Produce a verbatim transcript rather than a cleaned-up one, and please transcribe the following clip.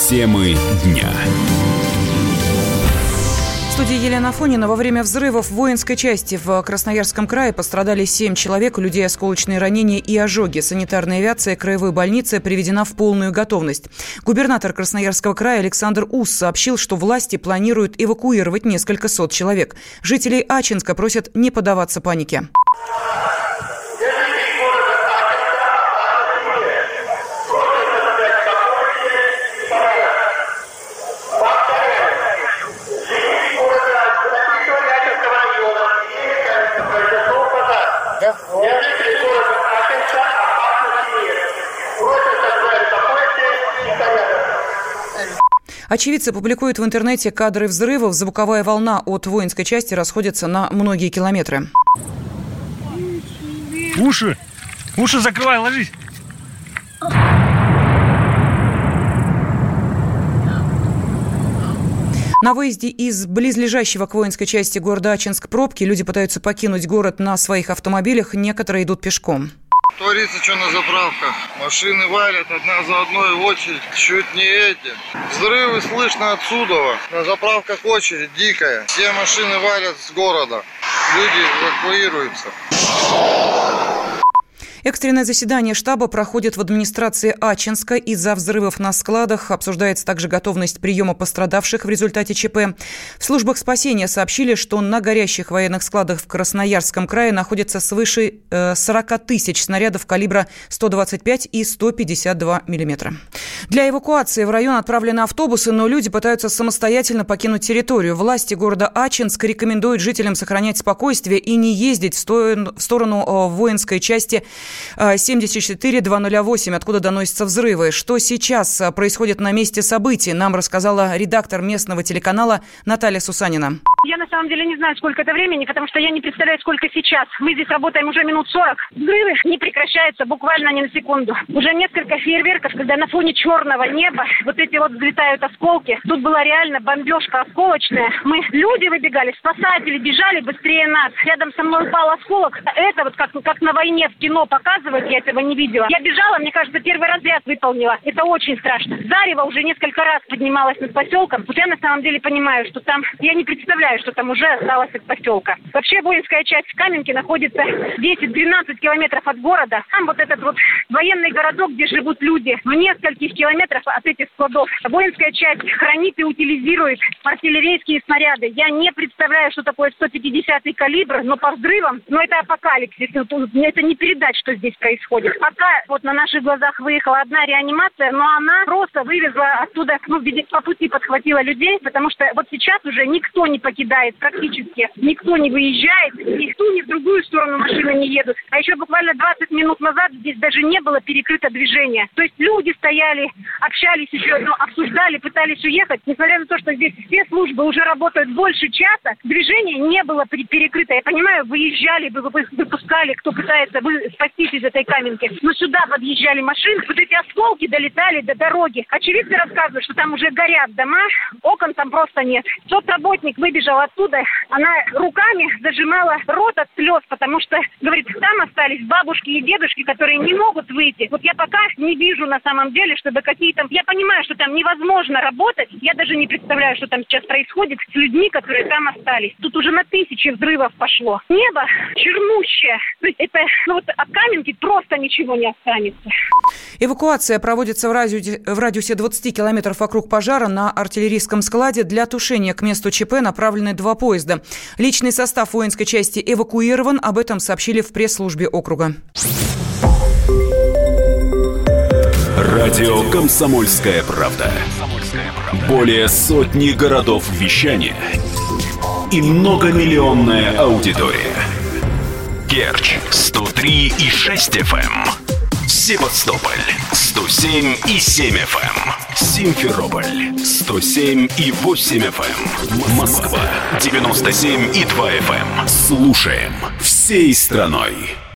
Темы дня. В студии Елена Афонина. Во время взрывов в воинской части в Красноярском крае пострадали семь человек, у людей осколочные ранения и ожоги. Санитарная авиация краевой больницы приведена в полную готовность. Губернатор Красноярского края Александр Ус сообщил, что власти планируют эвакуировать несколько сот человек. Жителей Ачинска просят не поддаваться панике. Очевидцы публикуют в интернете кадры взрывов. Звуковая волна от воинской части расходится на многие километры. Уши! Уши закрывай, ложись! На выезде из близлежащего к воинской части города Ачинск пробки. Люди пытаются покинуть город на своих автомобилях, некоторые идут пешком. Творится что на заправках. Машины валят одна за одной в очередь. Чуть не эти. Взрывы слышно отсюда. На заправках очередь дикая. Все машины валят с города. Люди эвакуируются. Экстренное заседание штаба проходит в администрации Ачинска. Из-за взрывов на складах обсуждается также готовность приема пострадавших в результате ЧП. В службах спасения сообщили, что на горящих военных складах в Красноярском крае находится свыше сорок тысяч снарядов калибра сто двадцать пять и сто пятьдесят два миллиметра. Для эвакуации в район отправлены автобусы, но люди пытаются самостоятельно покинуть территорию. Власти города Ачинск рекомендуют жителям сохранять спокойствие и не ездить в сторону воинской части семьдесят четыре двести восемь, откуда доносятся взрывы. Что сейчас происходит на месте событий, нам рассказала редактор местного телеканала Наталья Сусанина. Я на самом деле не знаю, сколько это времени, потому что я не представляю, сколько сейчас. Мы здесь работаем уже минут сорок. Взрывы не прекращаются буквально ни на секунду. Уже несколько фейерверков, когда на фоне черного неба вот эти вот взлетают осколки. Тут была реально бомбежка осколочная. Мы, люди выбегали, спасатели бежали быстрее нас. Рядом со мной упал осколок. Это вот как, как на войне в кино показывают, я этого не видела. Я бежала, мне кажется, первый разряд выполнила. Это очень страшно. Зарево уже несколько раз поднималось над поселком. Вот я на самом деле понимаю, что там, я не представляю, что там уже осталось от поселка. Вообще воинская часть Каменки находится десять-двенадцать километров от города. Там вот этот вот военный городок, где живут люди, в нескольких километрах от этих складов. Воинская часть хранит и утилизирует артиллерийские снаряды. Я не представляю, что такое сто пятидесятый калибр, но по взрывам, но это апокалипсис. Это не передать, что здесь происходит. Пока вот на наших глазах выехала одна реанимация, но она просто вывезла оттуда, ну, по пути подхватила людей, потому что вот сейчас уже никто не покидает практически, никто не выезжает, ни в ту, ни в другую сторону машины не едут. А еще буквально двадцать минут назад здесь даже не было перекрыто движение. То есть люди стояли, общались еще, ну, обсуждали, пытались уехать. Несмотря на то, что здесь все службы уже работают больше часа, движение не было перекрыто. Я понимаю, выезжали, выпускали, кто пытается спастись из этой Каменки. Но сюда подъезжали машины, вот эти осколки долетали до дороги. Очевидцы рассказывают, что там уже горят дома, окон там просто нет. Соцработник выбежал оттуда, она руками зажимала рот от слез, потому что, говорит, там остались бабушки и дедушки, которые не могут выйти. Вот я пока не вижу на самом деле, чтобы какие-то... Я понимаю, что там невозможно работать, я даже не представляю, что там сейчас происходит с людьми, которые там остались. Тут уже на тысячи взрывов пошло. Небо чернущее. То есть это, ну вот от Каменки просто ничего не останется. Эвакуация проводится в радиусе, в радиусе двадцать километров вокруг пожара на артиллерийском складе. Для тушения к месту ЧП направлены два поезда. Личный состав воинской части эвакуирован. Об этом сообщили в пресс-службе округа. Радио «Комсомольская правда». Более сотни городов вещания и многомиллионная аудитория. Керчь сто три и шесть эф эм, Севастополь сто семь и семь эф эм, Симферополь сто семь и восемь эф эм, Москва девяносто семь и два эф эм. Слушаем всей страной.